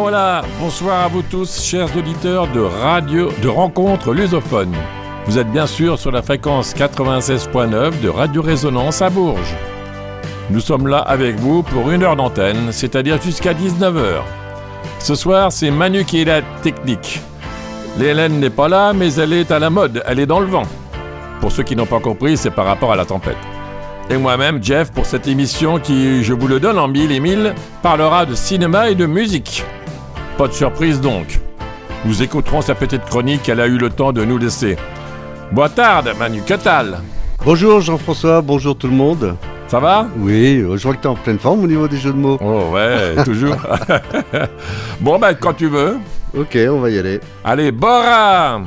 voilà, bonsoir à vous tous, chers auditeurs de Rencontre Lusophone. Vous êtes bien sûr sur la fréquence 96.9 de Radio Résonance à Bourges. Nous sommes là avec vous pour 1 heure d'antenne, c'est-à-dire jusqu'à 19h. Ce soir, c'est Manu qui est la technique. Hélène n'est pas là, mais elle est à la mode, elle est dans le vent. Pour ceux qui n'ont pas compris, c'est par rapport à la tempête. Et moi-même, Jeff, pour cette émission qui, je vous le donne en mille et mille, parlera de cinéma et de musique. Pas de surprise donc. Nous écouterons sa petite chronique qu'elle a eu le temps de nous laisser. Boa tarde, Manu, que tal? Bonjour Jean-François, bonjour tout le monde. Ça va? Oui, je vois que t'es en pleine forme au niveau des jeux de mots. Oh ouais, toujours. Bon, quand tu veux. Ok, on va y aller. Allez, Bora!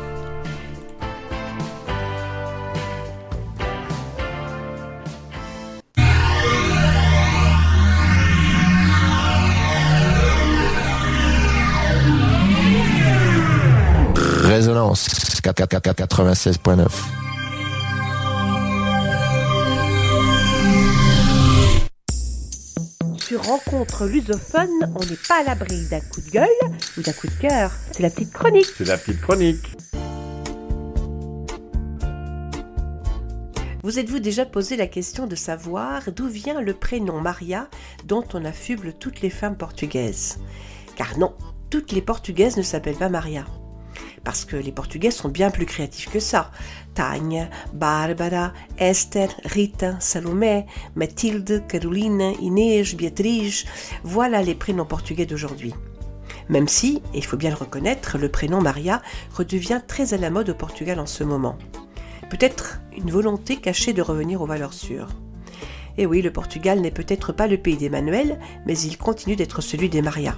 Résonance 96.9. Sur Rencontre Lusophone, on n'est pas à l'abri d'un coup de gueule ou d'un coup de cœur. C'est la petite chronique. C'est la petite chronique. Vous êtes-vous déjà posé la question de savoir d'où vient le prénom Maria dont on affuble toutes les femmes portugaises? Car non, toutes les portugaises ne s'appellent pas Maria. Parce que les Portugais sont bien plus créatifs que ça. Tânia, Bárbara, Esther, Rita, Salomé, Mathilde, Caroline, Inês, Beatriz, voilà les prénoms portugais d'aujourd'hui. Même si, et il faut bien le reconnaître, le prénom Maria redevient très à la mode au Portugal en ce moment. Peut-être une volonté cachée de revenir aux valeurs sûres. Et oui, le Portugal n'est peut-être pas le pays d'Emmanuel, mais il continue d'être celui des Maria.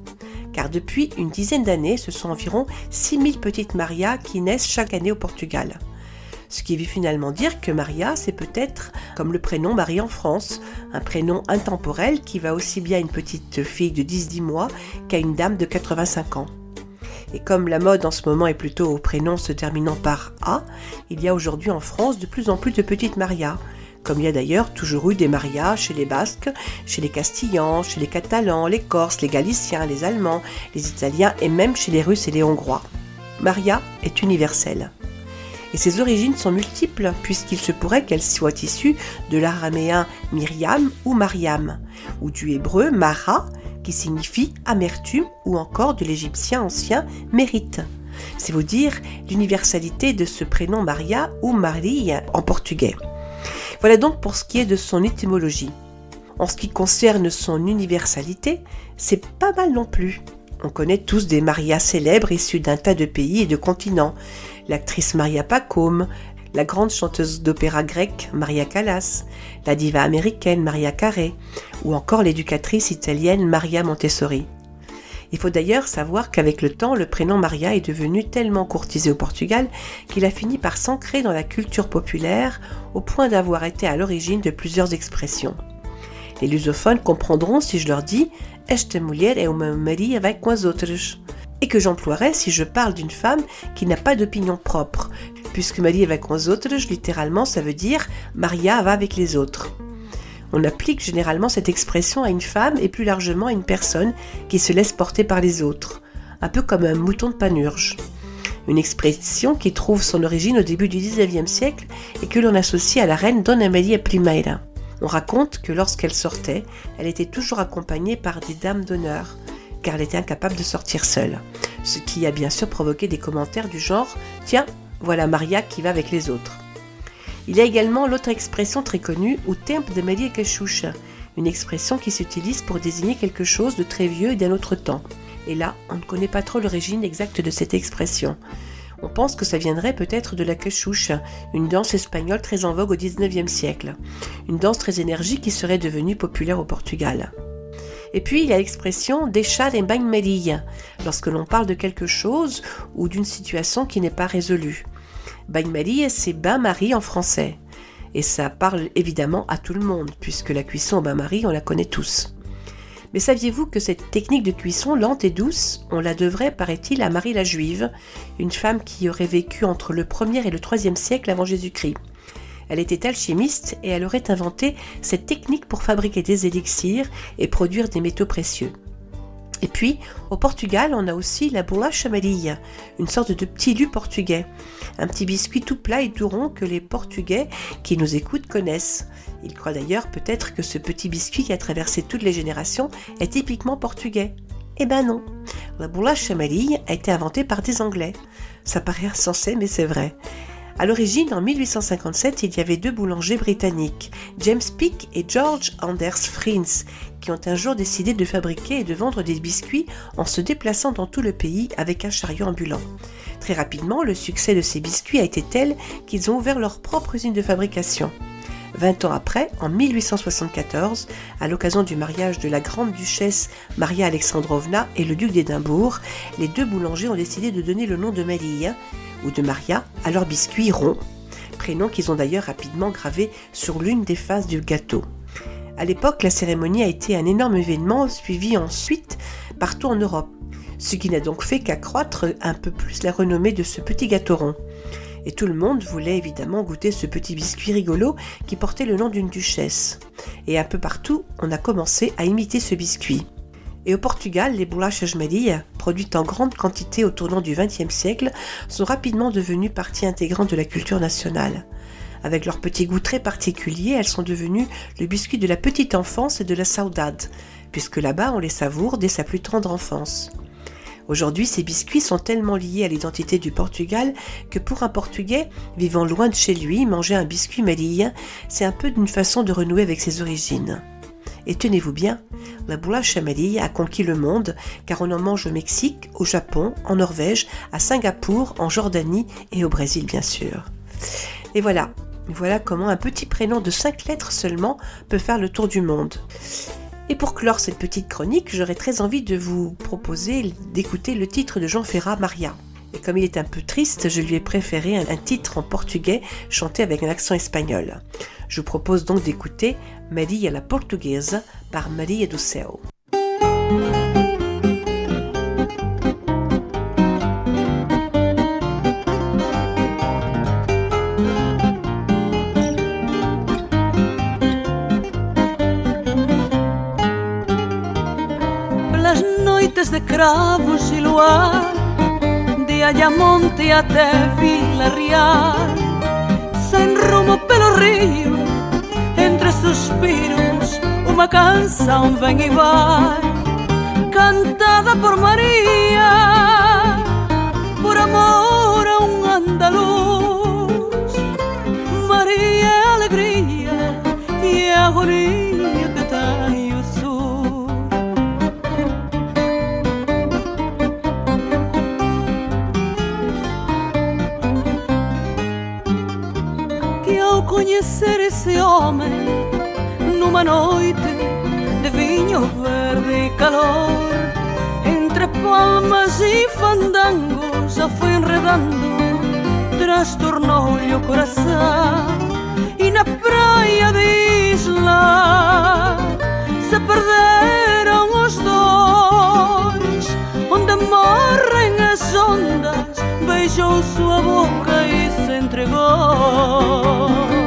Car depuis une dizaine d'années, ce sont environ 6000 petites Maria qui naissent chaque année au Portugal. Ce qui veut finalement dire que Maria, c'est peut-être comme le prénom Marie en France, un prénom intemporel qui va aussi bien à une petite fille de 10 mois qu'à une dame de 85 ans. Et comme la mode en ce moment est plutôt aux prénoms se terminant par A, il y a aujourd'hui en France de plus en plus de petites Maria, comme il y a d'ailleurs toujours eu des Marias chez les Basques, chez les Castillans, chez les Catalans, les Corses, les Galiciens, les Allemands, les Italiens et même chez les Russes et les Hongrois. Maria est universelle. Et ses origines sont multiples, puisqu'il se pourrait qu'elle soit issue de l'araméen Myriam ou Mariam, ou du hébreu Mara, qui signifie amertume, ou encore de l'égyptien ancien mérite. C'est vous dire l'universalité de ce prénom Maria ou Marie en portugais. Voilà donc pour ce qui est de son étymologie. En ce qui concerne son universalité, c'est pas mal non plus. On connaît tous des Marias célèbres issus d'un tas de pays et de continents. L'actrice Maria Pacôme, la grande chanteuse d'opéra grecque Maria Callas, la diva américaine Maria Carey, ou encore l'éducatrice italienne Maria Montessori. Il faut d'ailleurs savoir qu'avec le temps, le prénom Maria est devenu tellement courtisé au Portugal qu'il a fini par s'ancrer dans la culture populaire au point d'avoir été à l'origine de plusieurs expressions. Les lusophones comprendront si je leur dis « Esta mulher é uma Maria vai com as outras » et que j'emploierai si je parle d'une femme qui n'a pas d'opinion propre, puisque Maria vai com as outras, littéralement, ça veut dire « Maria va avec les autres ». On applique généralement cette expression à une femme et plus largement à une personne qui se laisse porter par les autres, un peu comme un mouton de Panurge. Une expression qui trouve son origine au début du XIXe siècle et que l'on associe à la reine Dona Maria I. On raconte que lorsqu'elle sortait, elle était toujours accompagnée par des dames d'honneur, car elle était incapable de sortir seule. Ce qui a bien sûr provoqué des commentaires du genre « Tiens, voilà Maria qui va avec les autres ». Il y a également l'autre expression très connue, « o tempo de Maria Cachucha », une expression qui s'utilise pour désigner quelque chose de très vieux et d'un autre temps. Et là, on ne connaît pas trop l'origine exacte de cette expression. On pense que ça viendrait peut-être de la cachucha, une danse espagnole très en vogue au XIXe siècle. Une danse très énergique qui serait devenue populaire au Portugal. Et puis, il y a l'expression « deixar em banho-maria », lorsque l'on parle de quelque chose ou d'une situation qui n'est pas résolue. Banho-maria, c'est bain-marie en français. Et ça parle évidemment à tout le monde, puisque la cuisson au bain-marie, on la connaît tous. Mais saviez-vous que cette technique de cuisson lente et douce, on la devrait, paraît-il, à Marie la Juive, une femme qui aurait vécu entre le 1er et le 3e siècle avant Jésus-Christ. Elle était alchimiste et elle aurait inventé cette technique pour fabriquer des élixirs et produire des métaux précieux. Et puis, au Portugal, on a aussi la bolacha Maria, une sorte de petit lu portugais. Un petit biscuit tout plat et tout rond que les Portugais qui nous écoutent connaissent. Ils croient d'ailleurs peut-être que ce petit biscuit qui a traversé toutes les générations est typiquement portugais. Eh ben non, la bolacha Maria a été inventée par des Anglais. Ça paraît insensé, mais c'est vrai. À l'origine, en 1857, il y avait 2 boulangers britanniques, James Peake et George Anders Friens, qui ont un jour décidé de fabriquer et de vendre des biscuits en se déplaçant dans tout le pays avec un chariot ambulant. Très rapidement, le succès de ces biscuits a été tel qu'ils ont ouvert leur propre usine de fabrication. 20 ans après, en 1874, à l'occasion du mariage de la grande duchesse Maria Alexandrovna et le duc d'Édimbourg, les 2 boulangers ont décidé de donner le nom de Maria ou de Maria à leurs biscuits ronds, prénom qu'ils ont d'ailleurs rapidement gravé sur l'une des faces du gâteau. À l'époque, la cérémonie a été un énorme événement, suivi ensuite partout en Europe, ce qui n'a donc fait qu'accroître un peu plus la renommée de ce petit gâteau rond. Et tout le monde voulait évidemment goûter ce petit biscuit rigolo qui portait le nom d'une duchesse. Et un peu partout, on a commencé à imiter ce biscuit. Et au Portugal, les bolachas Maria, produites en grande quantité au tournant du XXe siècle, sont rapidement devenues partie intégrante de la culture nationale. Avec leur petit goût très particulier, elles sont devenues le biscuit de la petite enfance et de la saudade, puisque là-bas on les savoure dès sa plus tendre enfance. Aujourd'hui, ces biscuits sont tellement liés à l'identité du Portugal que pour un Portugais vivant loin de chez lui, manger un biscuit malien, c'est un peu d'une façon de renouer avec ses origines. Et tenez-vous bien, la bolacha Maria a conquis le monde car on en mange au Mexique, au Japon, en Norvège, à Singapour, en Jordanie et au Brésil bien sûr. Et voilà comment un petit prénom de 5 lettres seulement peut faire le tour du monde. Et pour clore cette petite chronique, j'aurais très envie de vous proposer d'écouter le titre de Jean Ferrat, Maria. Et comme il est un peu triste, je lui ai préféré un titre en portugais chanté avec un accent espagnol. Je vous propose donc d'écouter Maria la Portuguesa par Maria do Céu. Pelas noites de cravos e luar, de Ayamonte até Vila Real, sem rumo pelo rio, entre suspiros, uma canção vem e vai, cantada por Maria, por amor a um andaluz. Maria é a alegria e a agonia que tem o sul. Que ao conhecer esse homem numa noite de vinho verde e calor, entre palmas e fandangos já foi enredando, transtornou-lhe o coração. E na praia de Isla se perderam os dois, onde morrem as ondas, beijou sua boca e se entregou.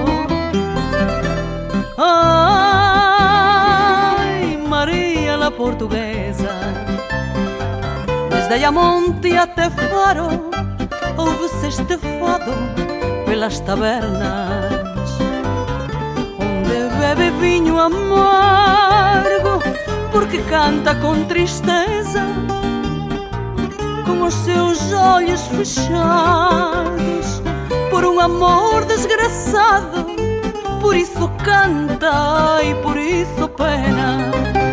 Ai, Maria la Portuguesa, desde Ayamonte até Faro, ouve-se este fado pelas tabernas, onde bebe vinho amargo, porque canta com tristeza, com os seus olhos fechados, por um amor desgraçado. Por isso canta e por isso pena.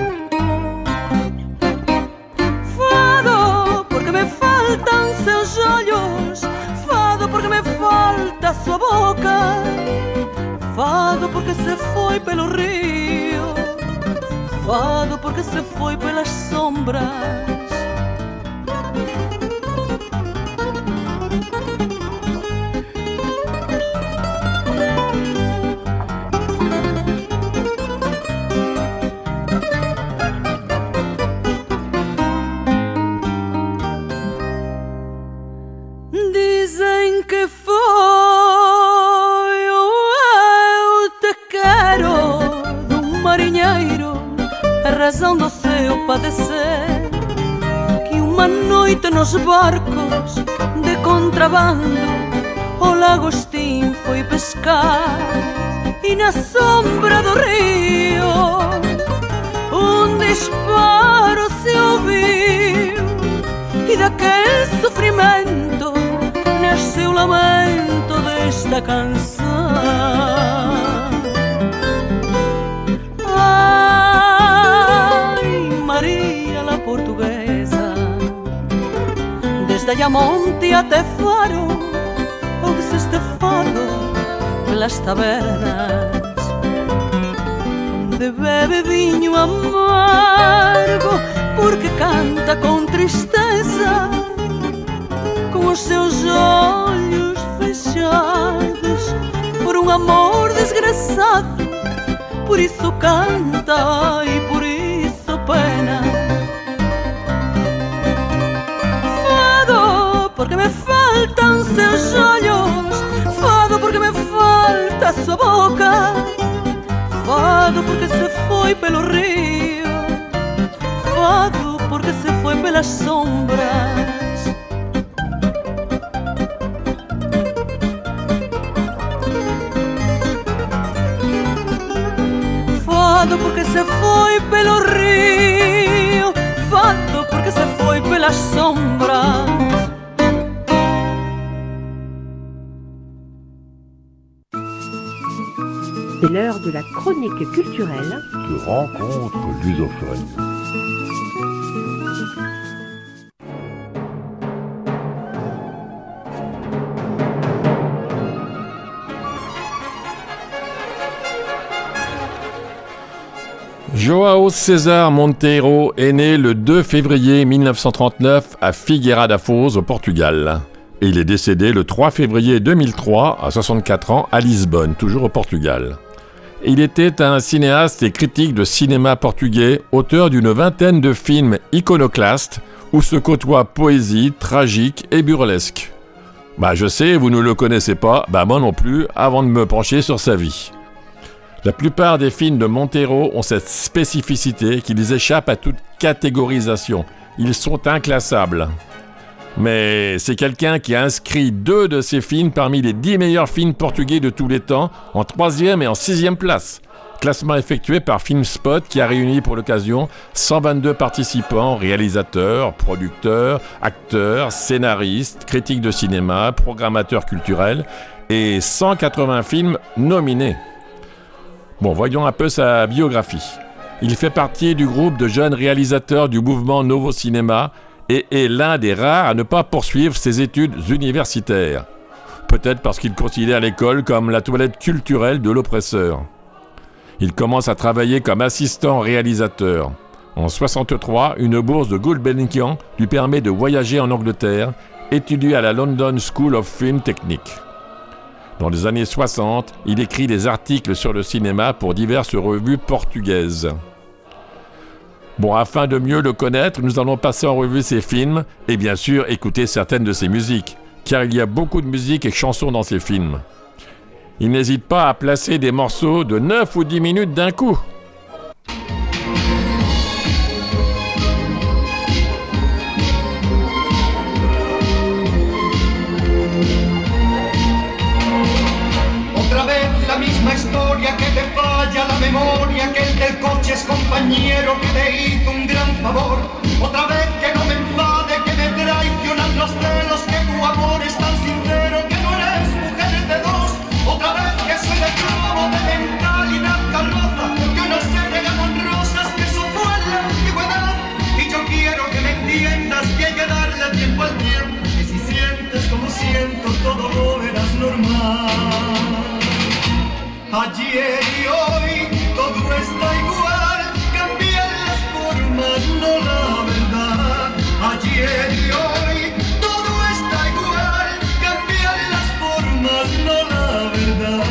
Fado porque me faltam seus olhos, fado porque me falta sua boca, fado porque se foi pelo rio, fado porque se foi pelas sombras. Dizem que foi o eu te quero do marinheiro, a razão do seu padecer. uma noite nos barcos de contrabando o lagostim foi pescar e na sombra do rio disparo se ouviu e daquele sofrimento nasceu o lamento desta canção. Ai, Maria la portuguesa, desde Ayamonte até Faro, ouve-se este fado pelas tabernas, onde bebe vinho amargo, porque canta com tristeza, com os seus olhos fechados, por um amor desgraçado. Por isso canta e por isso pena. Fado porque me faltam seus olhos, fado porque me falta sua boca, fado porque se foi pelo rio, fado porque se foi pelas sombras. Fado porque se foi pelo rio, fado porque se foi pelas sombras. C'est l'heure de la chronique culturelle de rencontre lusophone. João César Monteiro est né le 2 février 1939 à Figueira da Foz au Portugal. Et il est décédé le 3 février 2003 à 64 ans à Lisbonne, toujours au Portugal. Il était un cinéaste et critique de cinéma portugais, auteur d'une vingtaine de films iconoclastes où se côtoient poésie, tragique et burlesque. Je sais, vous ne le connaissez pas, moi non plus, avant de me pencher sur sa vie. La plupart des films de Monteiro ont cette spécificité qu'ils échappent à toute catégorisation. Ils sont inclassables. Mais c'est quelqu'un qui a inscrit 2 de ses films parmi les 10 meilleurs films portugais de tous les temps, en 3e et en 6e place. Classement effectué par FilmSpot qui a réuni pour l'occasion 122 participants, réalisateurs, producteurs, acteurs, scénaristes, critiques de cinéma, programmateurs culturels et 180 films nominés. Voyons un peu sa biographie. Il fait partie du groupe de jeunes réalisateurs du mouvement Novo Cinema et est l'un des rares à ne pas poursuivre ses études universitaires. Peut-être parce qu'il considère l'école comme la toilette culturelle de l'oppresseur. Il commence à travailler comme assistant réalisateur. En 1963, une bourse de Gulbenkian lui permet de voyager en Angleterre, étudier à la London School of Film Technique. Dans les années 60, il écrit des articles sur le cinéma pour diverses revues portugaises. Afin de mieux le connaître, nous allons passer en revue ses films et bien sûr écouter certaines de ses musiques, car il y a beaucoup de musique et chansons dans ses films. Il n'hésite pas à placer des morceaux de 9 ou 10 minutes d'un coup. Es compañero que te hizo un gran favor. Otra vez que no me enfade, que me traicionan los celos, que tu amor es tan sincero, que no eres mujer de dos. Otra vez que soy de globo, de mentalidad carroza, que no se rega con rosas, que eso fue la antigüedad. Y yo quiero que me entiendas que hay que darle tiempo al tiempo, que si sientes como siento, todo lo verás normal. Ayer y hoy todo está igual, cambian las formas, no la verdad. Ayer y hoy todo está igual, cambian las formas, no la verdad.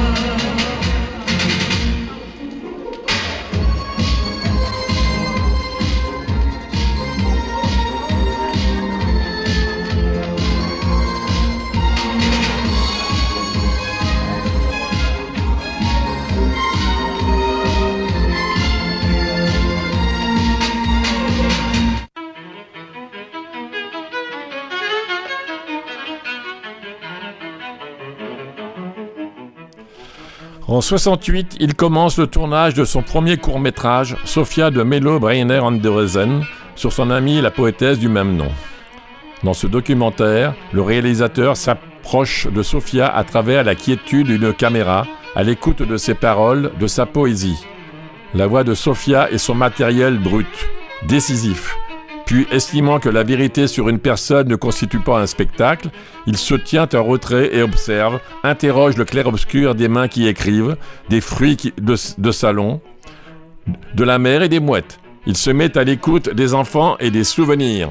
En 68, il commence le tournage de son premier court-métrage, Sophia de Melo Breiner Andersen, sur son amie la poétesse du même nom. Dans ce documentaire, le réalisateur s'approche de Sophia à travers la quiétude d'une caméra, à l'écoute de ses paroles, de sa poésie. La voix de Sophia est son matériel brut, décisif. Puis, estimant que la vérité sur une personne ne constitue pas un spectacle, il se tient en retrait et observe, interroge le clair-obscur des mains qui écrivent, des fruits de salon, de la mer et des mouettes. Il se met à l'écoute des enfants et des souvenirs.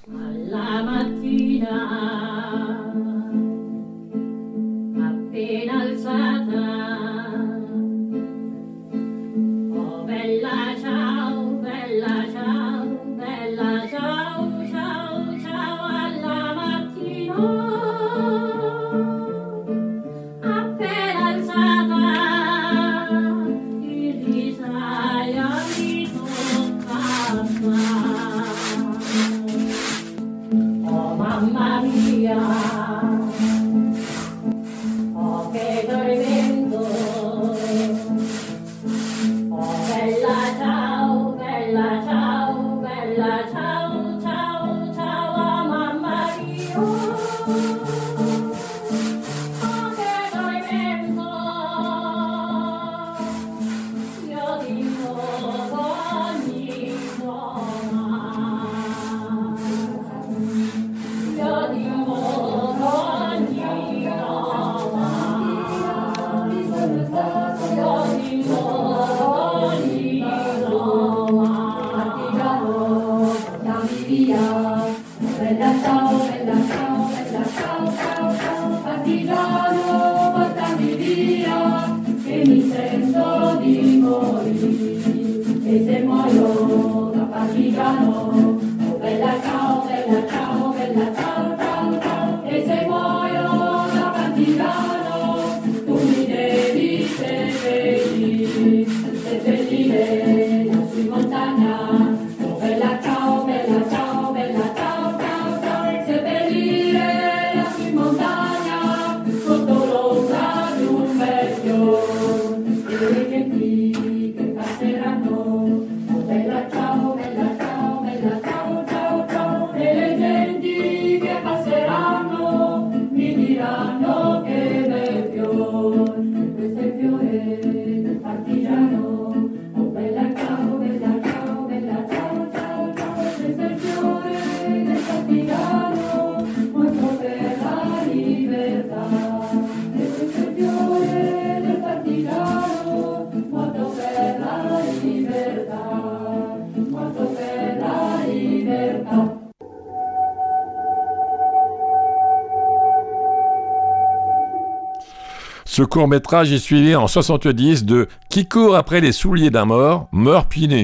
Ce court-métrage est suivi en 70 de « Qui court après les souliers d'un mort, meurt pieds nus ».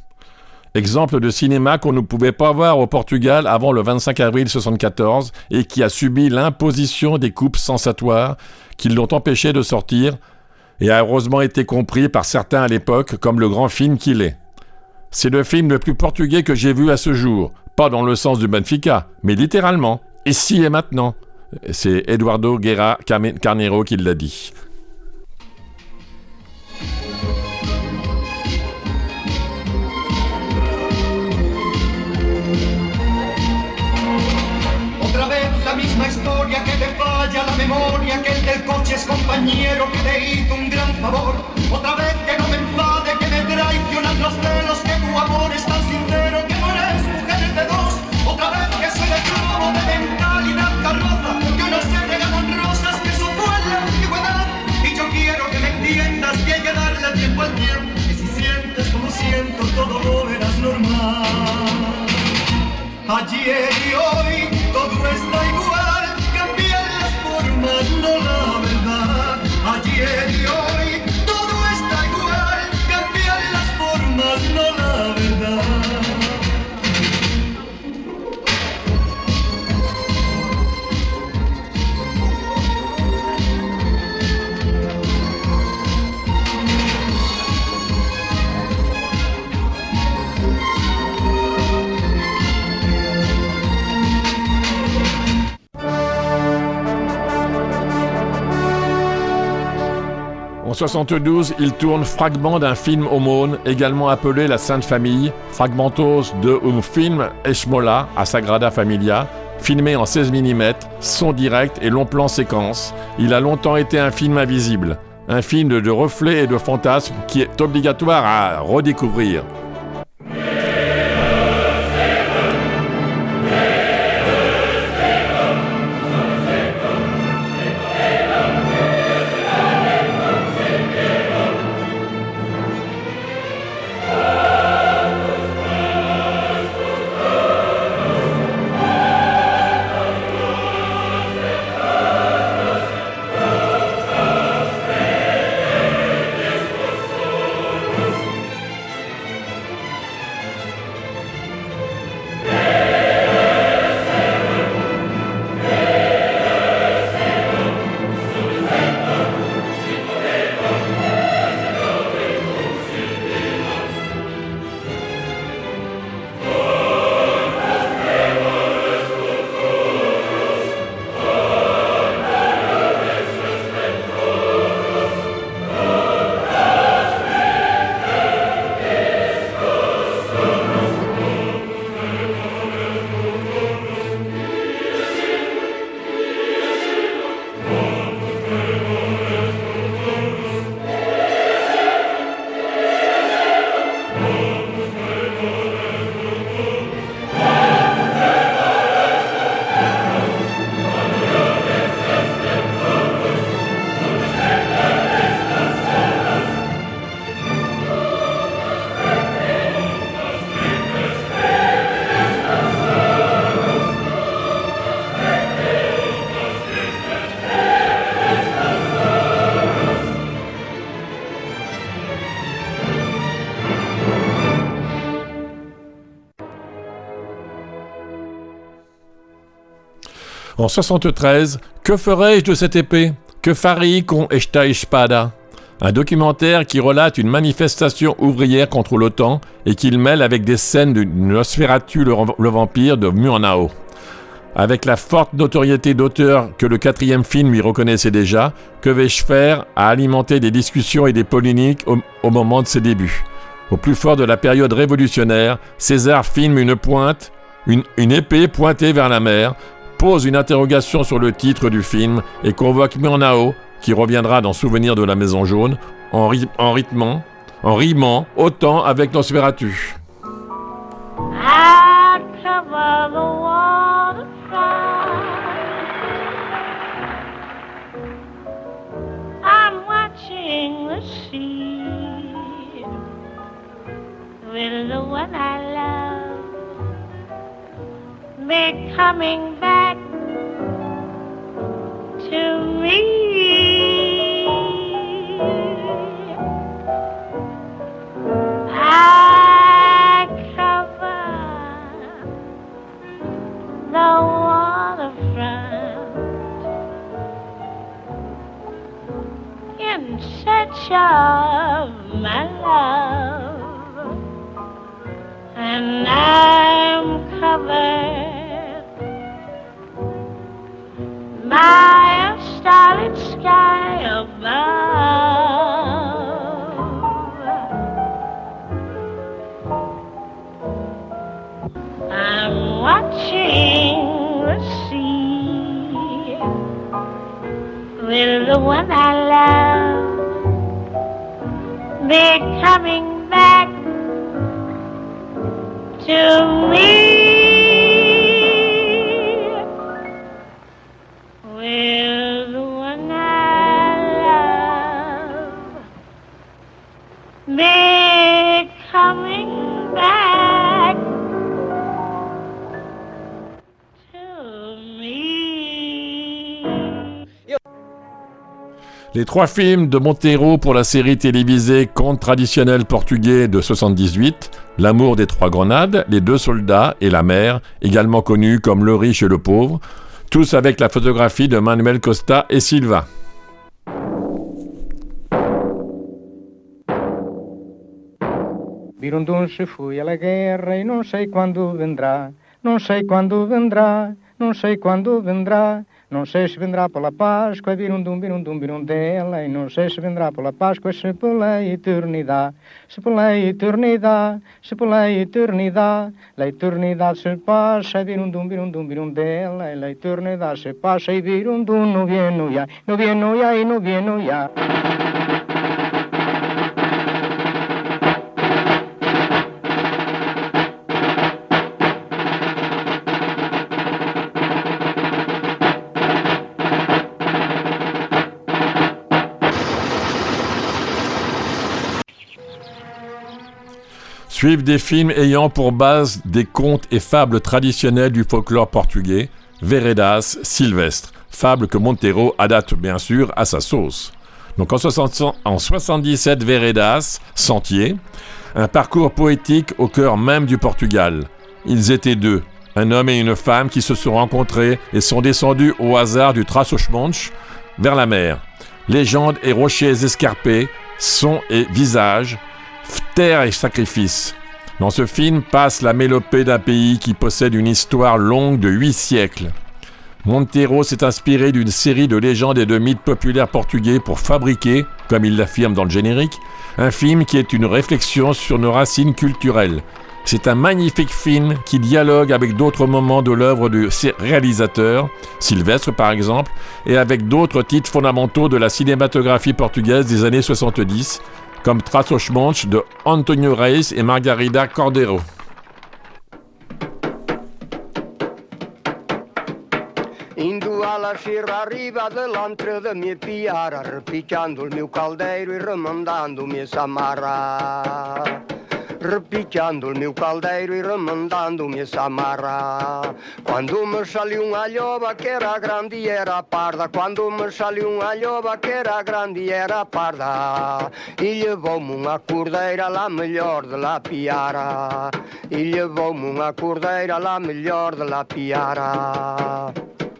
Exemple de cinéma qu'on ne pouvait pas voir au Portugal avant le 25 avril 1974 et qui a subi l'imposition des coupes sensatoires qui l'ont empêché de sortir et a heureusement été compris par certains à l'époque comme le grand film qu'il est. C'est le film le plus portugais que j'ai vu à ce jour, pas dans le sens du Benfica, mais littéralement, ici et maintenant. C'est Eduardo Guerra Carneiro qui l'a dit. Otra vez la misma historia que te falla la memoria, que el del coche es compañero que te hizo un gran favor. Otra vez que no me enfade, que me traicionan los celos, que tu amor es tan sincero, que no eres mujer de dos. Otra vez que soy de plomo, de mentalidad carroza, que no se regalan rosas, que eso fue en la antigüedad. Y yo quiero que me entiendas que hay que darle tiempo al tiempo, que si sientes como siento todo volverás normal. Ayer y hoy todo está igual, cambian las formas, no la verdad. Ayer y hoy todo está igual, cambian las formas, no la verdad. 1972, il tourne fragment d'un film Aumône, également appelé La Sainte Famille, fragmentos de un film Esmola à Sagrada Familia, filmé en 16 mm, son direct et long plan séquence. Il a longtemps été un film invisible, un film de reflets et de fantasmes qui est obligatoire à redécouvrir. En 73, Que ferais-je de cette épée? Que farii con esta espada? Un documentaire qui relate une manifestation ouvrière contre l'OTAN et qu'il mêle avec des scènes de Nosferatu le vampire de Murnau. Avec la forte notoriété d'auteur que le 4e film lui reconnaissait déjà, Que vais-je faire a alimenté des discussions et des polémiques au moment de ses débuts. Au plus fort de la période révolutionnaire, César filme une épée pointée vers la mer, pose une interrogation sur le titre du film et convoque Murnau, qui reviendra dans Souvenir de la Maison Jaune, en rimant autant avec Nosferatu. I cover the waterfront. I'm watching the sea with the one I love. They're coming back to me. I cover the waterfront in search of my love, and I'm covered by a starlit sky above. I'm watching the sea with the one I love. They're coming back to me. Les 3 films de Monteiro pour la série télévisée Conte traditionnel portugais de 78, L'amour des 3 grenades, Les 2 soldats et La mer, également connus comme Le riche et le pauvre, tous avec la photographie de Manuel Costa et Silva. Birundum se foi alla guerra e non sei quando vendrà, non sei quando vendrà, non sei quando vendrà. Não sei se vendrá pela Páscoa, virundum, virundela, e não sei se vendrá pela Páscoa, se pela eternidade, se pela eternidade, se pela eternidade, a eternidade se passa, virundum, virundela, e a eternidade se passa, e virundum, no vieno ya, no vieno ya, e no vieno ya. Suivent des films ayant pour base des contes et fables traditionnelles du folklore portugais, Veredas, Sylvestre, fables que Monteiro adapte bien sûr à sa sauce. Donc en 77, Veredas, Sentier, un parcours poétique au cœur même du Portugal. Ils étaient deux, un homme et une femme qui se sont rencontrés et sont descendus au hasard du Trás-os-Montes vers la mer. Légendes et rochers escarpés, sons et visages, terre et sacrifice. Dans ce film passe la mélopée d'un pays qui possède une histoire longue de 8 siècles. Monteiro s'est inspiré d'une série de légendes et de mythes populaires portugais pour fabriquer, comme il l'affirme dans le générique, un film qui est une réflexion sur nos racines culturelles. C'est un magnifique film qui dialogue avec d'autres moments de l'œuvre du réalisateur, Sylvestre par exemple, et avec d'autres titres fondamentaux de la cinématographie portugaise des années 70, comme Trás-os-Montes de Antonio Reis et Margarida Cordeiro. Indo à la Sierra Arriba de l'antre da minha piara, repicando o meu caldeiro e remandando minha samarra. Repicando o meu caldeiro e remandando minha samarra. Quando me saliu uma alhoba que era grande e era parda, quando me saliu uma alhoba que era grande e era parda, e levou-me uma cordeira lá melhor de la piara, e levou-me uma cordeira lá melhor de la piara.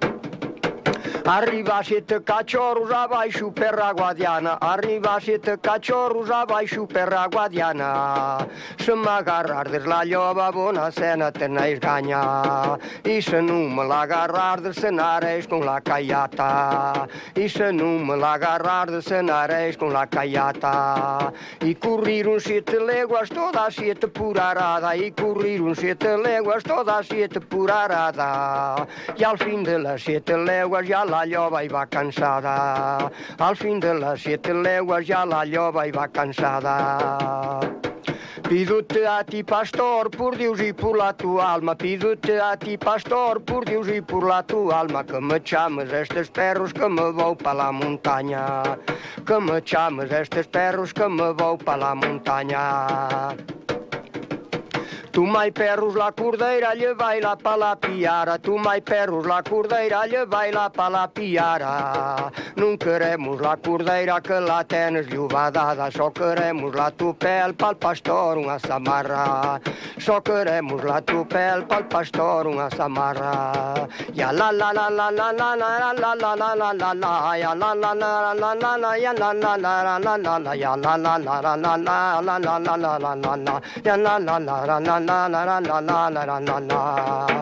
Arriva 7 cachorros abaixo per Aguadiana, arriva 7 cachorros abaixo per Aguadiana. Se me agarrardes la lloba, bona cena tenéis ganha. E se não me la agarrardes, cenareis com la caiata. E se não me la agarrardes, cenareis com la caiata. E corriram 7 léguas, todas 7 por arada. E corriram 7 léguas, todas 7 por arada. E ao fim de las 7 léguas, já la lloba iba cansada. Al fin de las 7 léguas ya la lloba iba cansada. Pido-te a ti, pastor, por Deus e por la tua alma. Pido-te a ti, pastor, por Deus e por la tua alma, que me chames estes perros que me vou para la montanha. Que me chames estes perros que me vou para la montanha. Tu mai perros la cordeira, llevai la pa la piara. Tu mai perros la cordeira, llevai la pa la piara. Não queremos la cordeira que la tenes llovadada, só queremos la tu pel pal pastor unha samarra. Só queremos la tu pel pal pastor unha samarra. Ya la la la la la la la la la la la la la, ya la la la la la la, ya la la la la la la, ya la la la la la la la la la la la la, ya la la la la la. La la la la la la la la la.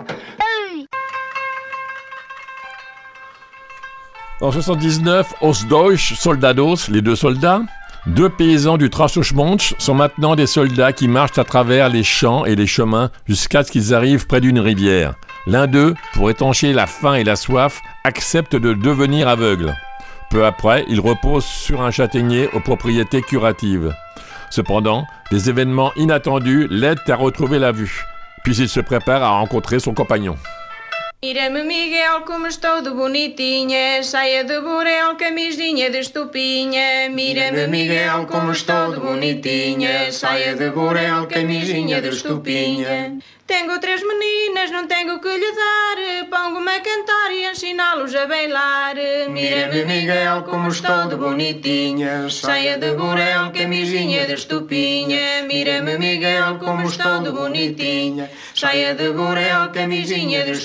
En 79, os dois soldados, les deux soldats, deux paysans du Trás-os-Montes sont maintenant des soldats qui marchent à travers les champs et les chemins jusqu'à ce qu'ils arrivent près d'une rivière. L'un d'eux, pour étancher la faim et la soif, accepte de devenir aveugle. Peu après, il repose sur un châtaignier aux propriétés curatives. Cependant, des événements inattendus l'aident à retrouver la vue, puis il se prépare à rencontrer son compagnon. Mira-me, Miguel, como estou de bonitinha, saia de burel, camisinha de estupinha. Mira-me, Miguel, como estou de bonitinha, saia de burel, camisinha de estupinha. Tenho 3 meninas, não tenho que lhe dar, pongo-me a cantar e ensiná-los a bailar. Mira-me, Miguel, como estou de bonitinha, saia de burel, camisinha de estupinha. Mira-me, Miguel, como estou de bonitinha, saia de burel, camisinha de estupinha.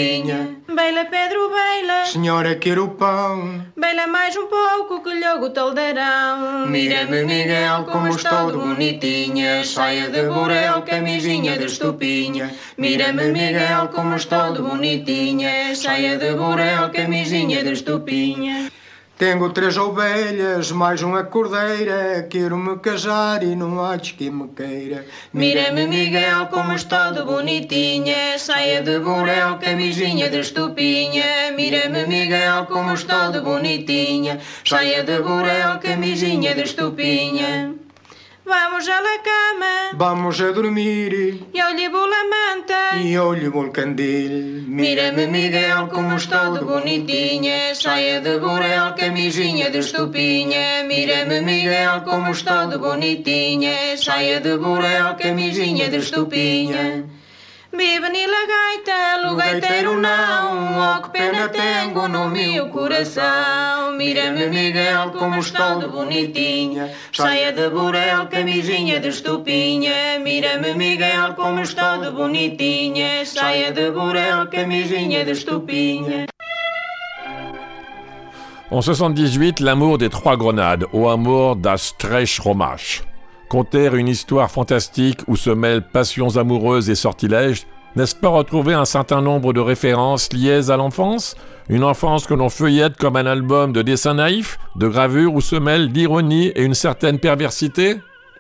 estupinha. Beila, Pedro, beila. Senhora, quero o pão. Beila mais um pouco que lhe o taldarão. Mira-me, Miguel, como estou de bonitinha. Saia de burel, camisinha de estupinha. Mira-me, Miguel, como estou de bonitinha. Saia de burel, camisinha de estupinha. Tenho 3 ovelhas, mais uma cordeira. Quero-me casar e não há de que me queira. Mira-me, Miguel, como estou de bonitinha. Saia de burel, camisinha de estupinha. Mira-me, Miguel, como estou de bonitinha. Saia de burel, camisinha de estupinha. Vamos à la cama. Vamos a dormir E eu lhe vou a manta. e eu lhe vou o candil. Mira-me, Miguel, como estou de bonitinha. Saia de burel, camisinha de estupinha. Mira-me, Miguel, como estou de bonitinha. Saia de burel, camisinha de estupinha. Viva ni la gaita, o gaiteiro não. Oh, que pena tenho no meu coração. Mira-me, Miguel, como estou de bonitinha. Saia de burel, camisinha de estupinha. Mira-me, Miguel, como estou de bonitinha. Saia de burel, camisinha de estupinha. En 78, l'amour des 3 grenades, au amour das Três Romaches. Conter une histoire fantastique où se mêlent passions amoureuses et sortilèges, n'est-ce pas retrouver un certain nombre de références liées à l'enfance ? Une enfance que l'on feuillette comme un album de dessins naïfs, de gravures où se mêlent l'ironie et une certaine perversité ?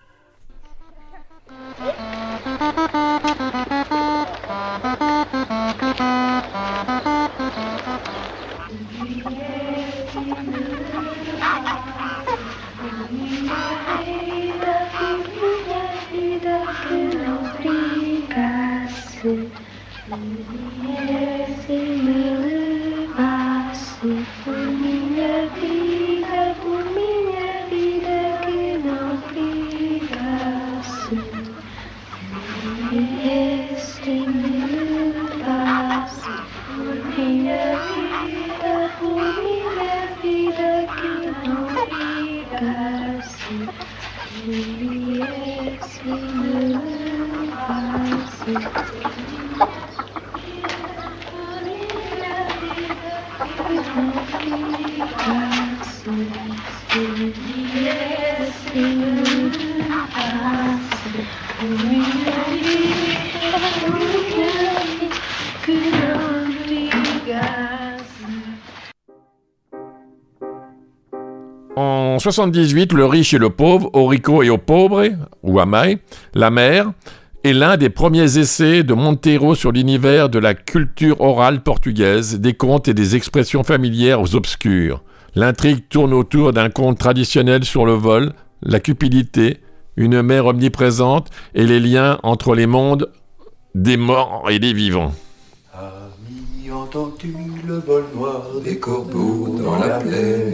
En 78, Le riche et le pauvre, O rico et o pobre, ou Amai, La mère, est l'un des premiers essais de Monteiro sur l'univers de la culture orale portugaise, des contes et des expressions familières obscures. L'intrigue tourne autour d'un conte traditionnel sur le vol, la cupidité, une mère omniprésente et les liens entre les mondes des morts et des vivants. Ami, entends-tu le vol noir des corbeaux dans la plaine ?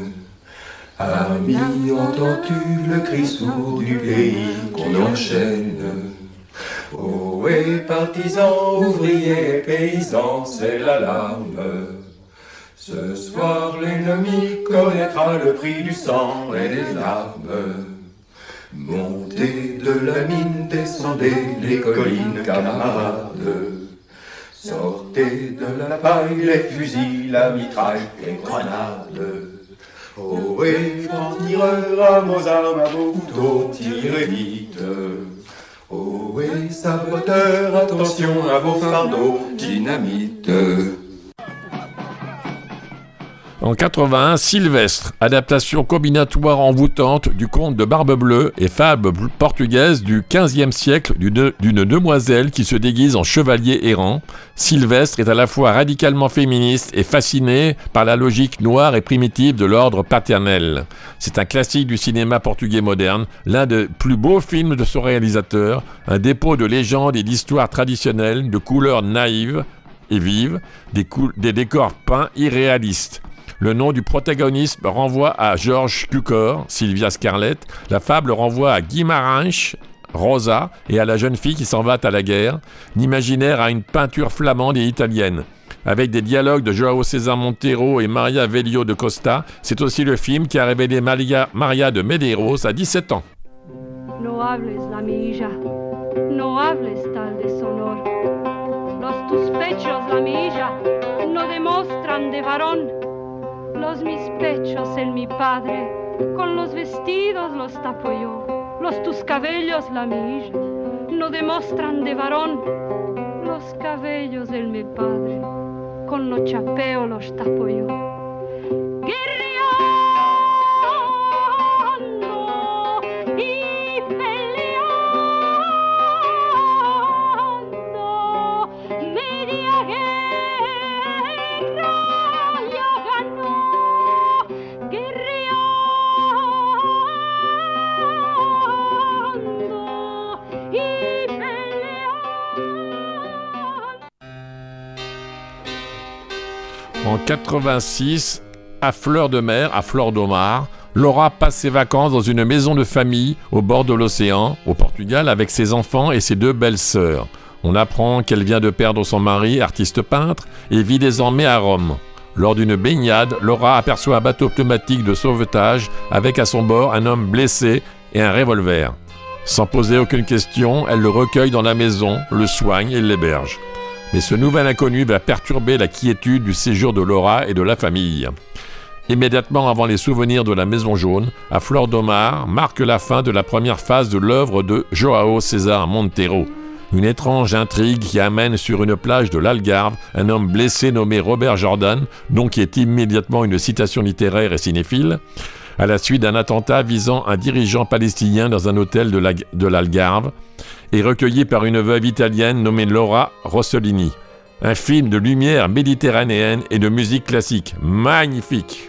Ami, entends-tu le cri sourd du pays qu'on enchaîne ? Oh, et partisans, ouvriers et paysans, c'est l'alarme. Ce soir, l'ennemi connaîtra le prix du sang et des larmes. Montez de la mine, descendez les collines, camarades. Sortez de la paille, les fusils, la mitraille, les grenades. Oh, et francs-tireurs, à vos armes, à vos couteaux, tirez vite. Oh, et saboteurs, attention à vos fardeaux, dynamite. En 81, Sylvestre, adaptation combinatoire envoûtante du conte de Barbe Bleue et fable portugaise du XVe siècle d'une demoiselle qui se déguise en chevalier errant. Sylvestre est à la fois radicalement féministe et fasciné par la logique noire et primitive de l'ordre paternel. C'est un classique du cinéma portugais moderne, l'un des plus beaux films de son réalisateur, un dépôt de légendes et d'histoires traditionnelles, de couleurs naïves et vives, des décors peints irréalistes. Le nom du protagoniste renvoie à George Cukor, Sylvia Scarlett. La fable renvoie à Guimarães, Rosa, et à la jeune fille qui s'en va à la guerre. L'imaginaire a une peinture flamande et italienne. Avec des dialogues de João César Monteiro et Maria Velho de Costa, c'est aussi le film qui a révélé Maria de Medeiros à 17 ans. No hables, la milla, no hables tal deshonor. Los tus pechos, la milla, no demostran de varón. Los mis pechos en mi padre, con los vestidos los tapo yo. Los tus cabellos, la milla, no demostran de varón. Los cabellos en mi padre, con los chapeos los tapo yo. Guerreando y peleando, media guerra yo ganó. Guerreando y En 86, à Fleur de Mer, à Fleur d'Omar, Laura passe ses vacances dans une maison de famille au bord de l'océan, au Portugal, avec ses enfants et ses 2 belles sœurs. On apprend qu'elle vient de perdre son mari, artiste peintre, et vit désormais à Rome. Lors d'une baignade, Laura aperçoit un bateau pneumatique de sauvetage avec à son bord un homme blessé et un revolver. Sans poser aucune question, elle le recueille dans la maison, le soigne et l'héberge. Mais ce nouvel inconnu va perturber la quiétude du séjour de Laura et de la famille. Immédiatement avant les souvenirs de la Maison Jaune, à Fleur d'Omar marque la fin de la première phase de l'œuvre de João César Monteiro. Une étrange intrigue qui amène sur une plage de l'Algarve un homme blessé nommé Robert Jordan, dont qui est immédiatement une citation littéraire et cinéphile, à la suite d'un attentat visant un dirigeant palestinien dans un hôtel de l'Algarve, et recueilli par une veuve italienne nommée Laura Rossellini. Un film de lumière méditerranéenne et de musique classique. Magnifique!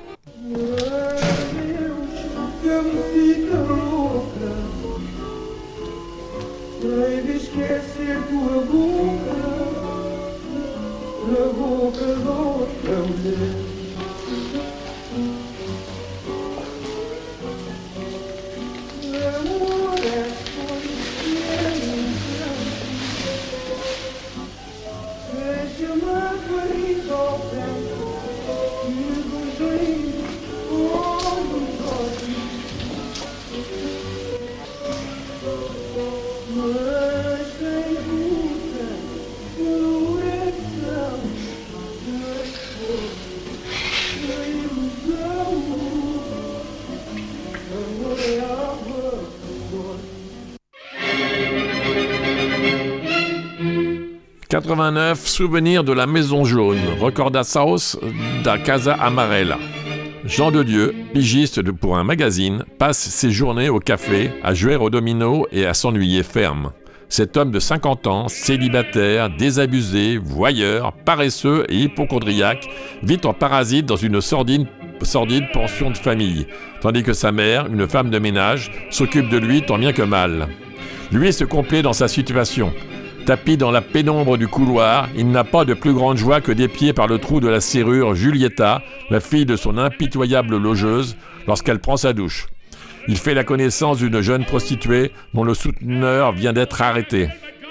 « 89, souvenir de la Maison Jaune, Recordações da Casa Amarela. Jean de Dieu, pigiste pour un magazine, passe ses journées au café, à jouer au domino et à s'ennuyer ferme. Cet homme de 50 ans, célibataire, désabusé, voyeur, paresseux et hypocondriaque, vit en parasite dans une sordide pension de famille, tandis que sa mère, une femme de ménage, s'occupe de lui tant bien que mal. Lui se complaît dans sa situation. Tapi dans la pénombre du couloir, il n'a pas de plus grande joie que d'épier par le trou de la serrure Julieta, la fille de son impitoyable logeuse, lorsqu'elle prend sa douche. Il fait la connaissance d'une jeune prostituée dont le souteneur vient d'être arrêté.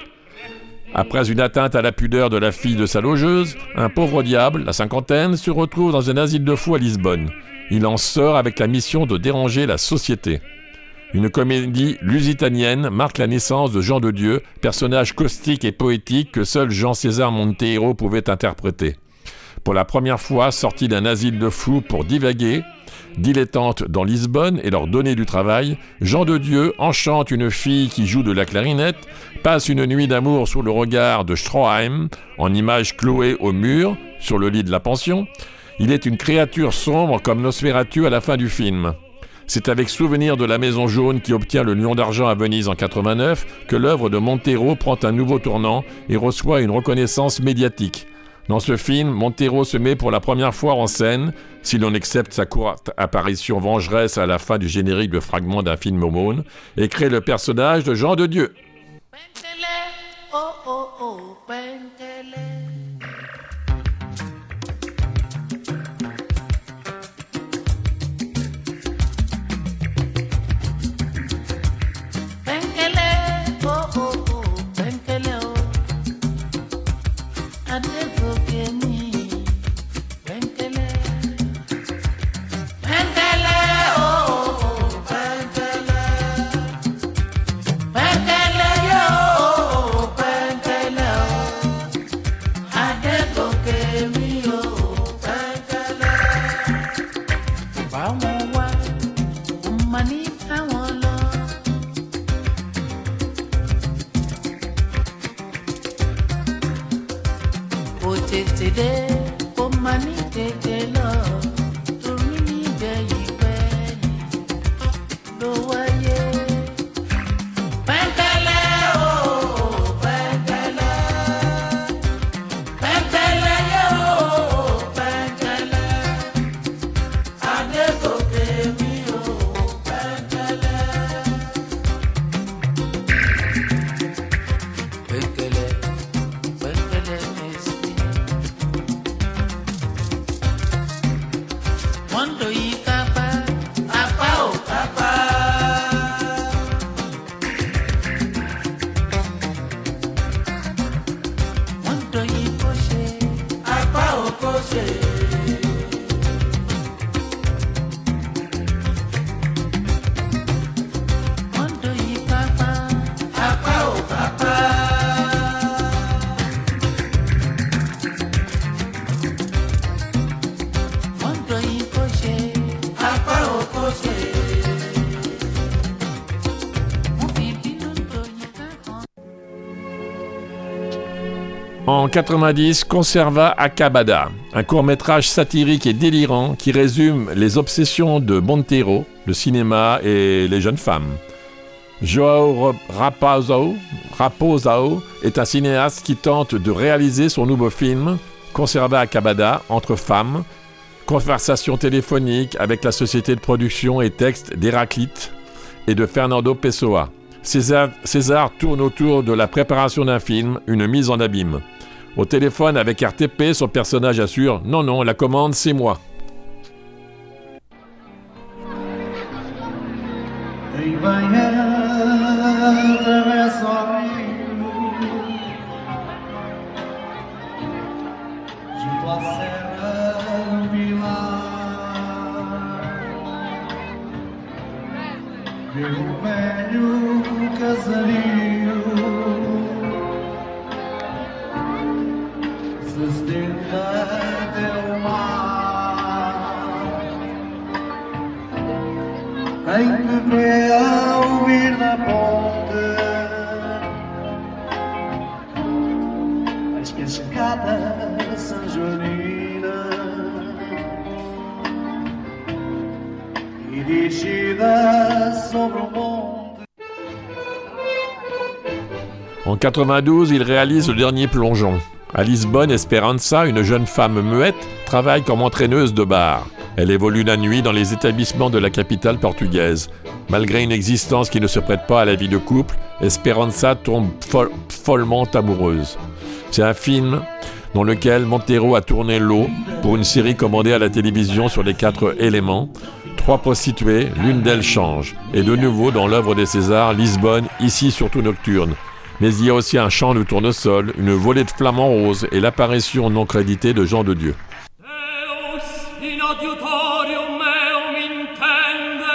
Après une atteinte à la pudeur de la fille de sa logeuse, un pauvre diable, la cinquantaine, se retrouve dans un asile de fous à Lisbonne. Il en sort avec la mission de déranger la société. Une comédie lusitanienne marque la naissance de Jean de Dieu, personnage caustique et poétique que seul Jean César Monteiro pouvait interpréter. Pour la première fois sorti d'un asile de fous pour divaguer, dilettante dans Lisbonne et leur donner du travail, Jean de Dieu enchante une fille qui joue de la clarinette, passe une nuit d'amour sous le regard de Stroheim, en image clouée au mur, sur le lit de la pension. Il est une créature sombre comme Nosferatu à la fin du film. C'est avec Souvenir de la Maison Jaune qui obtient le Lion d'Argent à Venise en 89 que l'œuvre de Monteiro prend un nouveau tournant et reçoit une reconnaissance médiatique. Dans ce film, Monteiro se met pour la première fois en scène, si l'on accepte sa courte apparition vengeresse à la fin du générique de fragment d'un film aumône, et crée le personnage de Jean de Dieu. Oh oh oh, Pentele. tete o mani tete lo turmini dei peni do waye pentele o pentele pentele yo pentele ade ko ke mi o pentele pentele pentele esti quando i capa apa o capa quando i coche apa o coche quando i capa apa o capa quando i coche apa o coche mon pipi non toglie capa. En 90, Conserva Acabada, un court-métrage satirique et délirant qui résume les obsessions de Montero, le cinéma et les jeunes femmes. João Raposo est un cinéaste qui tente de réaliser son nouveau film, Conserva Acabada, entre femmes, conversation téléphonique avec la société de production et texte d'Héraclite et de Fernando Pessoa. César tourne autour de la préparation d'un film, une mise en abîme. Au téléphone avec RTP, son personnage assure « Non, la commande, c'est moi ». E vai attraverso il rio, junto à serra do Pilar, vê o velho casario se estende até o mar. Quem te vê ao vir da ponte, mais que a chegada São Joanina, dirigida sobre o monte. En 92, il réalise le dernier plongeon. À Lisbonne, Esperança, une jeune femme muette, travaille comme entraîneuse de bar. Elle évolue la nuit dans les établissements de la capitale portugaise. Malgré une existence qui ne se prête pas à la vie de couple, Esperança tombe follement amoureuse. C'est un film dans lequel Montero a tourné l'eau pour une série commandée à la télévision sur les 4 éléments. 3 prostituées, l'une d'elles change. Et de nouveau dans l'œuvre des Césars, Lisbonne, ici surtout nocturne. Mais il y a aussi un chant de tournesol, une volée de flamants roses et l'apparition non créditée de Jean de Dieu. In adiutorium meum intende.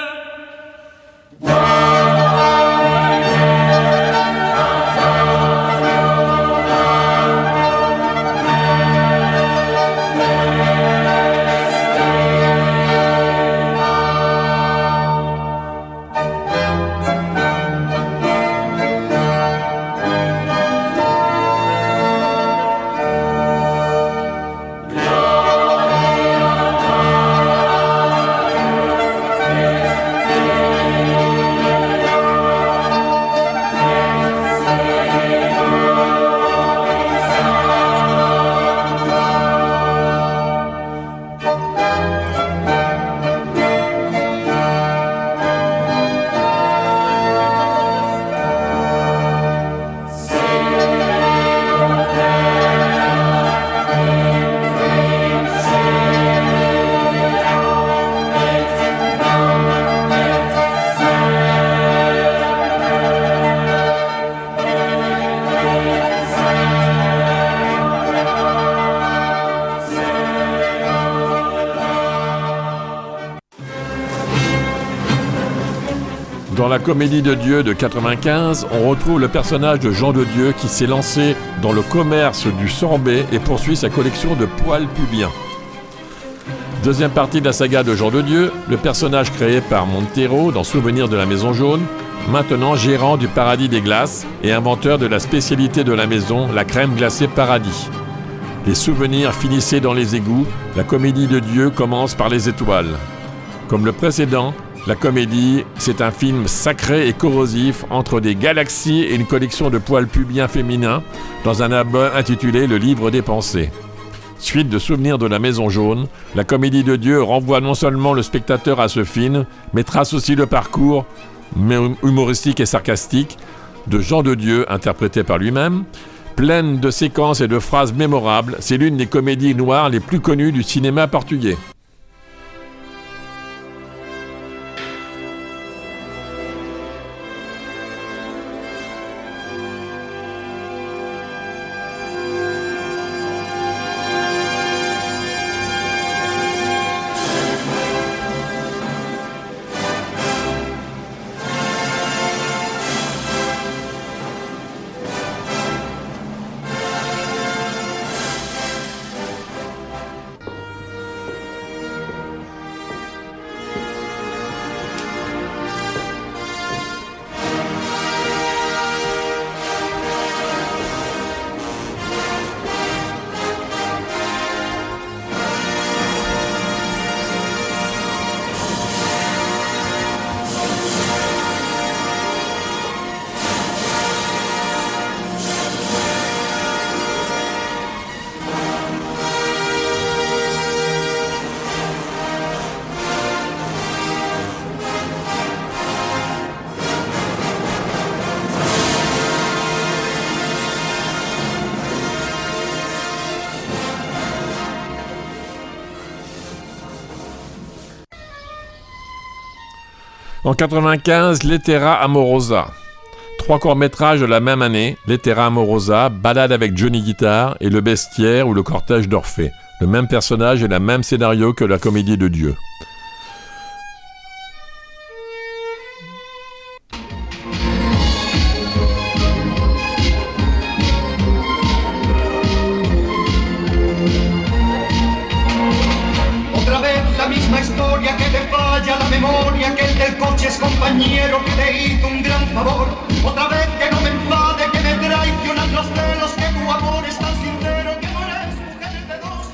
Dans la Comédie de Dieu de 95, on retrouve le personnage de Jean de Dieu qui s'est lancé dans le commerce du sorbet et poursuit sa collection de poils pubiens. Deuxième partie de la saga de Jean de Dieu, le personnage créé par Montero dans Souvenir de la Maison Jaune, maintenant gérant du Paradis des Glaces et inventeur de la spécialité de la maison, la crème glacée Paradis. Les souvenirs finissaient dans les égouts. La comédie de Dieu commence par les étoiles. Comme le précédent, la comédie, c'est un film sacré et corrosif entre des galaxies et une collection de poils pubiens féminins dans un album intitulé Le Livre des Pensées. Suite de Souvenirs de la Maison Jaune, la comédie de Dieu renvoie non seulement le spectateur à ce film, mais trace aussi le parcours humoristique et sarcastique de Jean de Dieu, interprété par lui-même. Pleine de séquences et de phrases mémorables, c'est l'une des comédies noires les plus connues du cinéma portugais. En 1995, Lettera Amorosa. 3 courts-métrages de la même année, Lettera Amorosa, Balade avec Johnny Guitar et Le Bestiaire ou Le Cortège d'Orphée. Le même personnage et le même scénario que la comédie de Dieu. Compañero que te hizo un gran favor, otra vez que no me enfade, que me traicionan los celos, que tu amor es tan sincero, que no eres mujer de dos.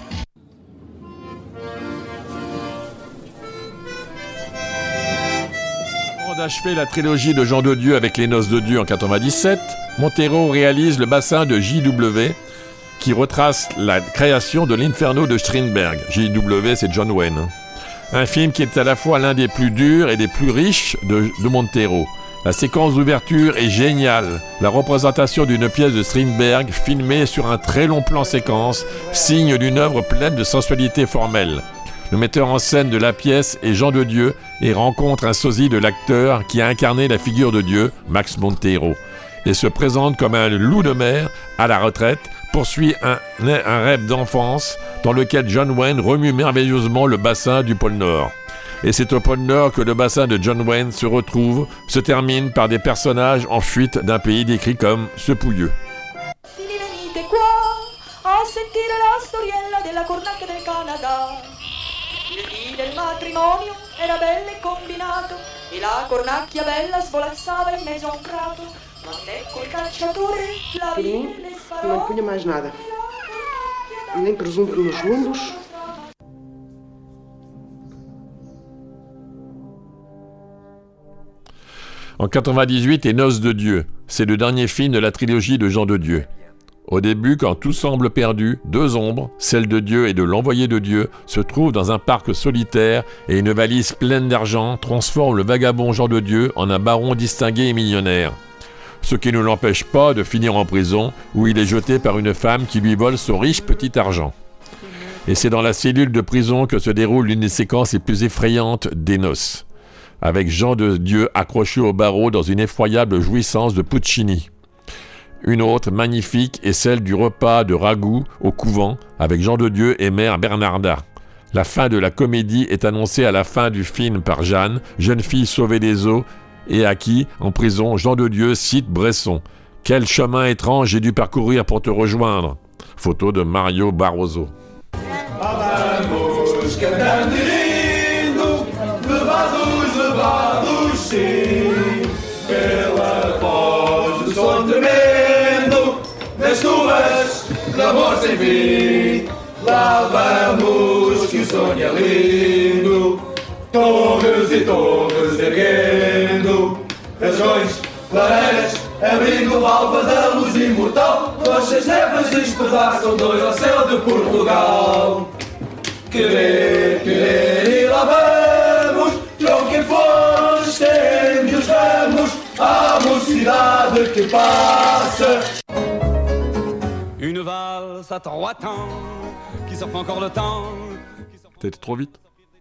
Avant d'achever la trilogie de Jean de Dieu avec Les Noces de Dieu en 1997, Montero réalise Le Bassin de J.W. qui retrace la création de l'Inferno de Strindberg. J.W. c'est John Wayne. Un film qui est à la fois l'un des plus durs et des plus riches de Montero. La séquence d'ouverture est géniale. La représentation d'une pièce de Strindberg filmée sur un très long plan séquence, signe d'une œuvre pleine de sensualité formelle. Le metteur en scène de la pièce est Jean de Dieu et rencontre un sosie de l'acteur qui a incarné la figure de Dieu, Max Montero, et se présente comme un loup de mer à la retraite, poursuit un rêve d'enfance dans lequel John Wayne remue merveilleusement le bassin du pôle Nord. Et c'est au pôle Nord que le bassin de John Wayne se termine par des personnages en fuite d'un pays décrit comme ce pouilleux. Venite qua a sentire la storiella della cornacchia del Canada. Il dì del matrimonio era bello e combinato e la cornacchia bella svolazzava in mezzo a un prato. Quando ecco il cacciatore la vide e le sparò. Não punha mais nada. Nem presunto nos lombos. En 1998, Les Noces de Dieu. C'est le dernier film de la trilogie de Jean de Dieu. Au début, quand tout semble perdu, 2 ombres, celle de Dieu et de l'envoyé de Dieu, se trouvent dans un parc solitaire et une valise pleine d'argent transforme le vagabond Jean de Dieu en un baron distingué et millionnaire. Ce qui ne l'empêche pas de finir en prison, où il est jeté par une femme qui lui vole son riche petit argent. Et c'est dans la cellule de prison que se déroule l'une des séquences les plus effrayantes des noces, avec Jean de Dieu accroché au barreau dans une effroyable jouissance de Puccini. Une autre magnifique est celle du repas de ragoût au couvent, avec Jean de Dieu et mère Bernarda. La fin de la comédie est annoncée à la fin du film par Jeanne, jeune fille sauvée des eaux, et à qui, en prison, Jean de Dieu cite Bresson. « Quel chemin étrange j'ai dû parcourir pour te rejoindre !» Photo de Mario Barroso. Vamos cantando lindo, levados, sim, pela voz do som tremendo, das tuas, de amor sem fim. Lá vamos, que o sonho é lindo. Torres e torres erguendo, rasgões, clareiras, abrindo alva da luz imortal. Rochas neves despedaçam dois ao céu de Portugal. Querer, querer e lá vamos, com quem for estende os ramos à mocidade que passa. Une valse à 3 temps, qui s'en fait encore le temps. Peut-être trop vite.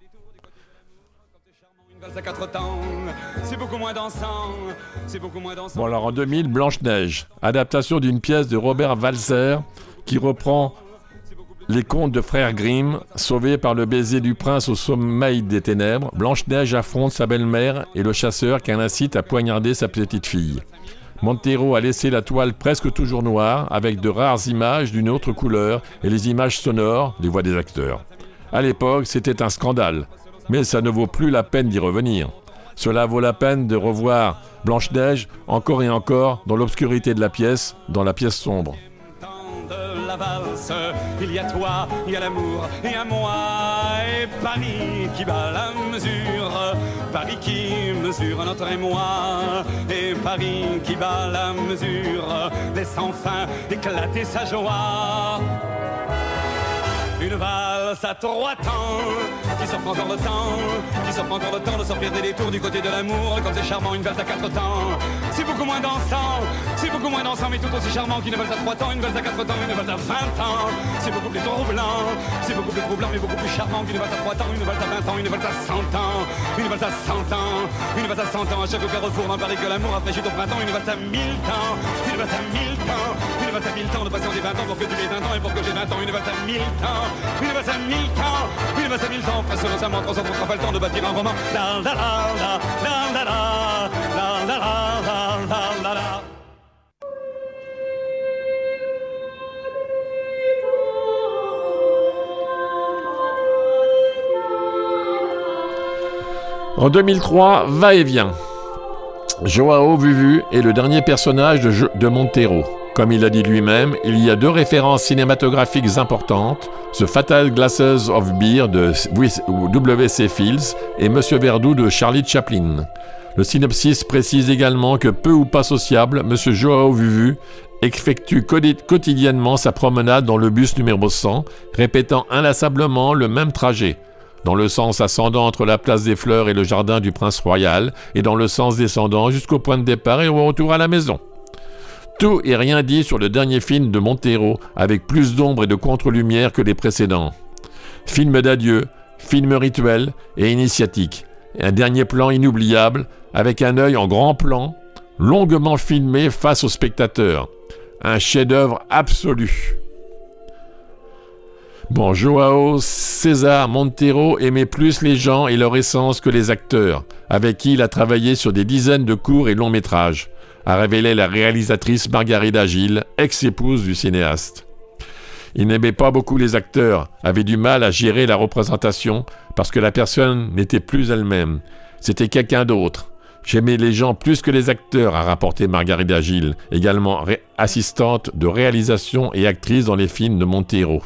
Une valse à 4 temps, c'est beaucoup moins dansant, c'est beaucoup moins dansant. Bon alors en 2000, Blanche-Neige, adaptation d'une pièce de Robert Walser qui reprend les contes de frère Grimm. Sauvée par le baiser du prince au sommeil des ténèbres, Blanche-Neige affronte sa belle-mère et le chasseur qui l'incite à poignarder sa petite fille. Montero a laissé la toile presque toujours noire, avec de rares images d'une autre couleur et les images sonores, les voix des acteurs. À l'époque, c'était un scandale, mais ça ne vaut plus la peine d'y revenir. Cela vaut la peine de revoir Blanche-Neige encore et encore dans l'obscurité de la pièce, dans la pièce sombre. La valse, il y a toi, il y a l'amour et à moi, et Paris qui bat la mesure, Paris qui mesure notre émoi, et Paris qui bat la mesure, laisse enfin éclater sa joie. Une valse à 3 temps, qui s'offre encore le temps, qui s'offre encore le temps de sortir des détours du côté de l'amour. Quand c'est charmant, une valse à 4 temps, c'est beaucoup moins dansant, c'est beaucoup moins dansant, mais tout aussi charmant qu'une valse à 3 temps, une valse à 4 temps, une valse à 20 ans. C'est beaucoup plus troublant, c'est beaucoup plus troublant, mais beaucoup plus charmant qu'une valse à 3 temps, une valse à 20 ans, une valse à 100 ans, une valse à 100 ans, une valse à 100 ans. À chaque carrefour dans Paris que l'amour a fraîchi au printemps, une valse à 1000 ans, une valse à 1000 ans, une valse à 1000 ans de passion des 20 ans pour que tu aies 20 ans et pour que j'ai 20 ans, une valse à 1000 ans. Une valse à 1000 ans, une valse à 1000 ans, presque récemment, 300 pour pas le temps de bâtir un roman. La la la la, la la la, la la la, la la la. En 2003, Va-et-Vient. Joao Vuvu est le dernier personnage de Montero. Comme il l'a dit lui-même, il y a 2 références cinématographiques importantes, The Fatal Glasses of Beer de W.C. Fields et Monsieur Verdoux de Charlie Chaplin. Le synopsis précise également que peu ou pas sociable, Monsieur Joao Vuvu effectue quotidiennement sa promenade dans le bus numéro 100, répétant inlassablement le même trajet, dans le sens ascendant entre la place des Fleurs et le jardin du Prince Royal, et dans le sens descendant jusqu'au point de départ et au retour à la maison. Tout et rien dit sur le dernier film de Montero, avec plus d'ombre et de contre-lumière que les précédents. Film d'adieu, film rituel et initiatique. Un dernier plan inoubliable, avec un œil en grand plan, longuement filmé face au spectateur. Un chef-d'œuvre absolu. Bon, Joao César Montero aimait plus les gens et leur essence que les acteurs, avec qui il a travaillé sur des dizaines de courts et longs métrages, a révélé la réalisatrice Margarida Gil, ex-épouse du cinéaste. Il n'aimait pas beaucoup les acteurs, avait du mal à gérer la représentation parce que la personne n'était plus elle-même. C'était quelqu'un d'autre. J'aimais les gens plus que les acteurs, a rapporté Margarida Gil, également assistante de réalisation et actrice dans les films de Montero.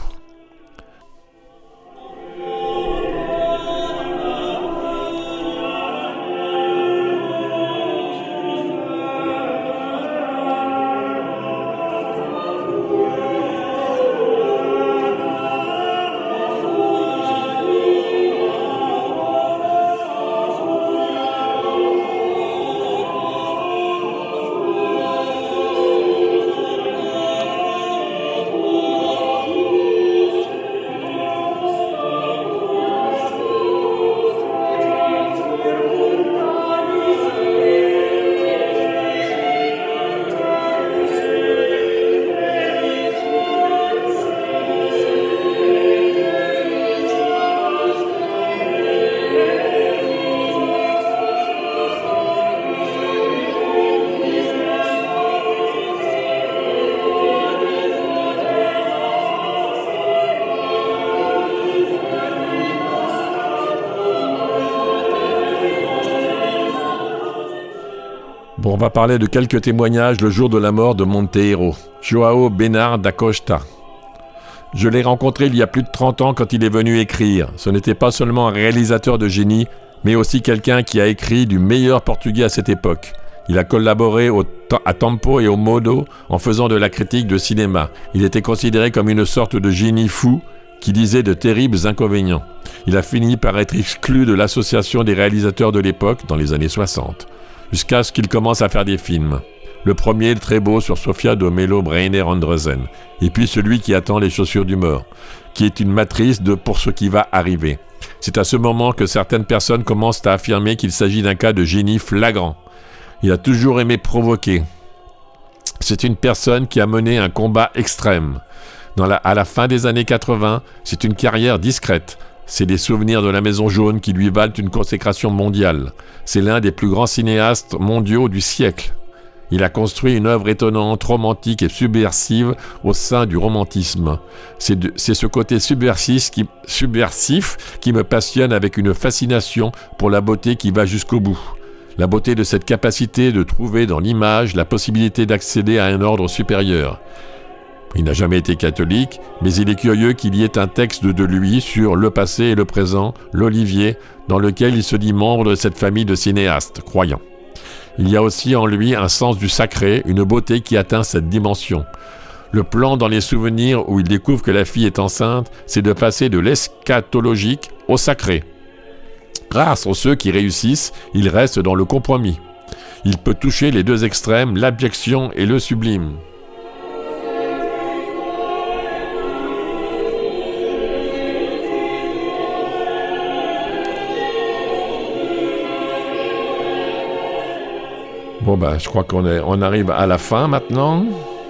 Bon, on va parler de quelques témoignages le jour de la mort de Montero. Joao Bernard da Costa. Je l'ai rencontré il y a plus de 30 ans quand il est venu écrire. Ce n'était pas seulement un réalisateur de génie, mais aussi quelqu'un qui a écrit du meilleur portugais à cette époque. Il a collaboré à Tempo et au Modo en faisant de la critique de cinéma. Il était considéré comme une sorte de génie fou qui disait de terribles inconvénients. Il a fini par être exclu de l'association des réalisateurs de l'époque dans les années 60, jusqu'à ce qu'il commence à faire des films. Le premier, très beau, sur Sofia de Melo Breiner Andresen. Et puis celui qui attend les chaussures du mort, qui est une matrice pour ce qui va arriver. C'est à ce moment que certaines personnes commencent à affirmer qu'il s'agit d'un cas de génie flagrant. Il a toujours aimé provoquer. C'est une personne qui a mené un combat extrême. À la fin des années 80, c'est une carrière discrète. C'est des souvenirs de la Maison Jaune qui lui valent une consécration mondiale. C'est l'un des plus grands cinéastes mondiaux du siècle. Il a construit une œuvre étonnante, romantique et subversive au sein du romantisme. C'est ce côté subversif qui me passionne avec une fascination pour la beauté qui va jusqu'au bout. La beauté de cette capacité de trouver dans l'image la possibilité d'accéder à un ordre supérieur. Il n'a jamais été catholique, mais il est curieux qu'il y ait un texte de lui sur le passé et le présent, l'Olivier, dans lequel il se dit membre de cette famille de cinéastes croyants. Il y a aussi en lui un sens du sacré, une beauté qui atteint cette dimension. Le plan dans les souvenirs où il découvre que la fille est enceinte, c'est de passer de l'eschatologique au sacré. Rares sont ceux qui réussissent, il reste dans le compromis. Il peut toucher les deux extrêmes, l'abjection et le sublime. Bon je crois qu'on arrive à la fin maintenant.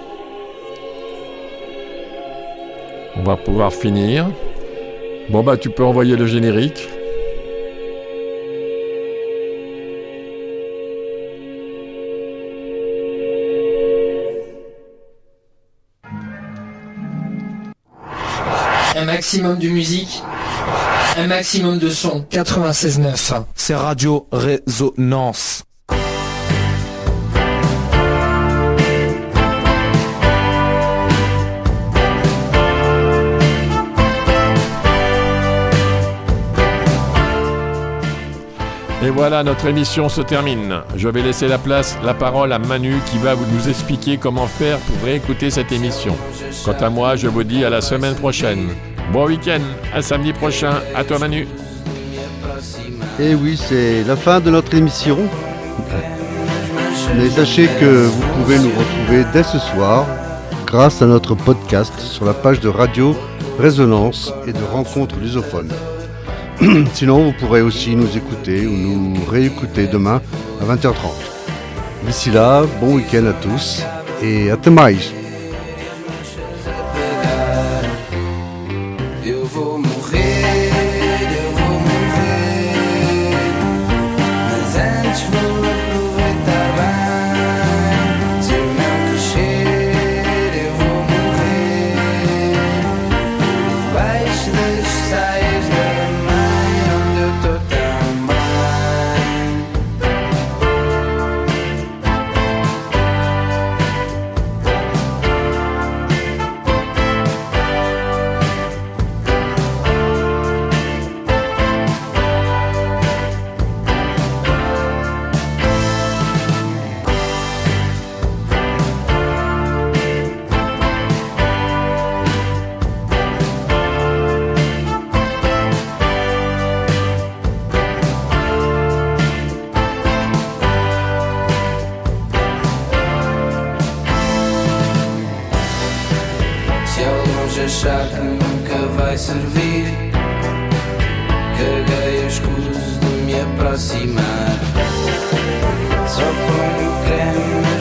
On va pouvoir finir. Bon tu peux envoyer le générique. Un maximum de musique, un maximum de son. 96.9, c'est Radio Résonance. Et voilà, notre émission se termine. Je vais laisser la parole à Manu qui va nous expliquer comment faire pour réécouter cette émission. Quant à moi, je vous dis à la semaine prochaine. Bon week-end, à samedi prochain. À toi Manu. Et oui, c'est la fin de notre émission. Mais sachez que vous pouvez nous retrouver dès ce soir grâce à notre podcast sur la page de Radio Résonance et de Rencontres Lusophones. Sinon, vous pourrez aussi nous écouter ou nous réécouter demain à 20h30. D'ici là, bon week-end à tous et até mais. Achar que nunca vai servir, caguei o escudo de me aproximar. Só ponho creme